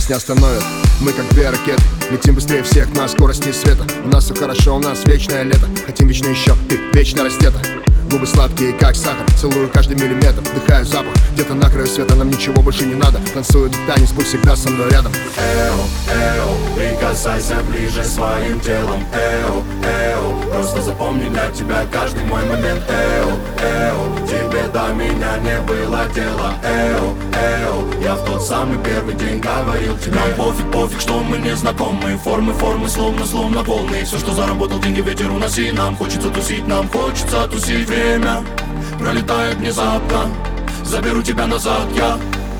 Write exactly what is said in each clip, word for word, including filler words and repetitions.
нас не остановит. Мы как две ракеты, летим быстрее всех на скорости света. У нас все хорошо, у нас вечное лето. Хотим вечно еще, ты вечно растета. Губы сладкие, как сахар, целую каждый миллиметр. Вдыхаю запах, где-то на краю света. Нам ничего больше не надо. Танцую танец, будь всегда со мной рядом. Эу, эу, прикасайся ближе своим телом. Эу, эу, просто запомни для тебя каждый мой момент. Эу, эу, тебе до меня не было дела. Эу, эу, я в тот самый первый день говорил тебе. Нам пофиг, пофиг, что мы не знакомы. Формы, формы, словно, словно волны. Все, что заработал, деньги ветер уноси. Нам хочется тусить, нам хочется тусить. Время пролетает внезапно. Заберу тебя назад я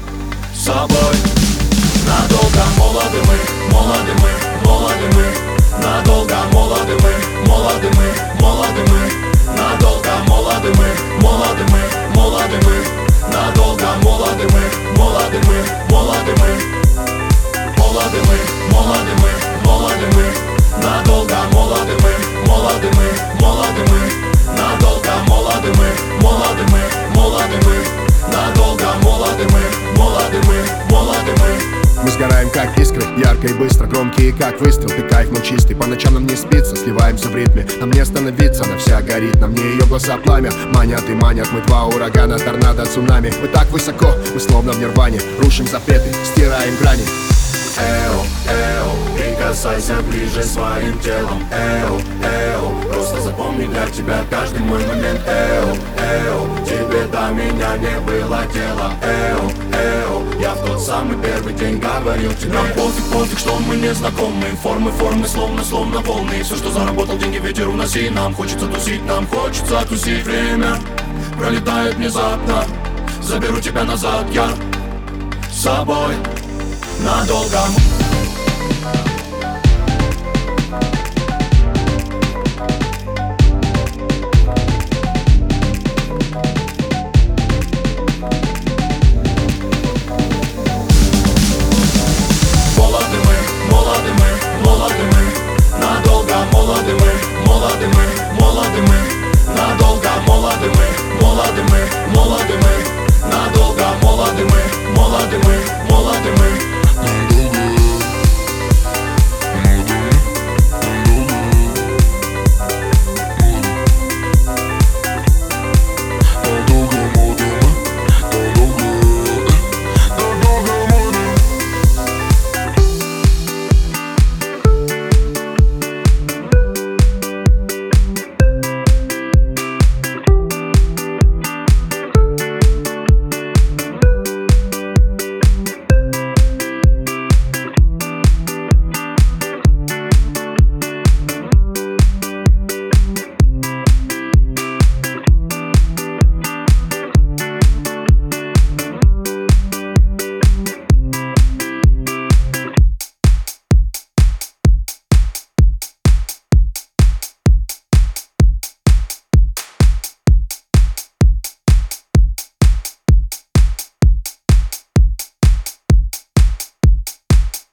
с собой. Надолго молоды мы, молоды мы, молоды мы. Надолго молоды мы, молоды мы, молоды мы. Надолго молоды мы, молоды мы, молоды мы. Надолго молоды мы, молоды мы, молоды мы. Молоды мы, молоды мы, молоды мы. Надолго молоды мы, молоды мы, молоды мы. Надолго молоды мы, молоды мы, молоды мы. Надолго молоды мы, молоды мы, молоды мы. Мы сгораем как искры, ярко и быстро, громкие как выстрел. Ты кайф, но чистый, по ночам нам не спится. Сливаемся в ритме, нам не остановиться. Она вся горит, на мне ее глаза пламя. Манят и манят, мы два урагана, торнадо, цунами. Мы так высоко, мы словно в нирване. Рушим запреты, стираем грани. Эу, эу, прикасайся ближе своим телом. Эу, эу, просто запомни для тебя каждый мой момент. Эу, эу, тебе до меня не было дела. Эу, эу, я в тот самый первый день говорил тебе. Нам пофиг, пофиг, что мы не знакомы. Формы, формы, словно, словно волны. Все, что заработал, деньги ветер уноси. Нам хочется тусить, нам хочется тусить. Время пролетает внезапно. Заберу тебя назад я с собой. Надолго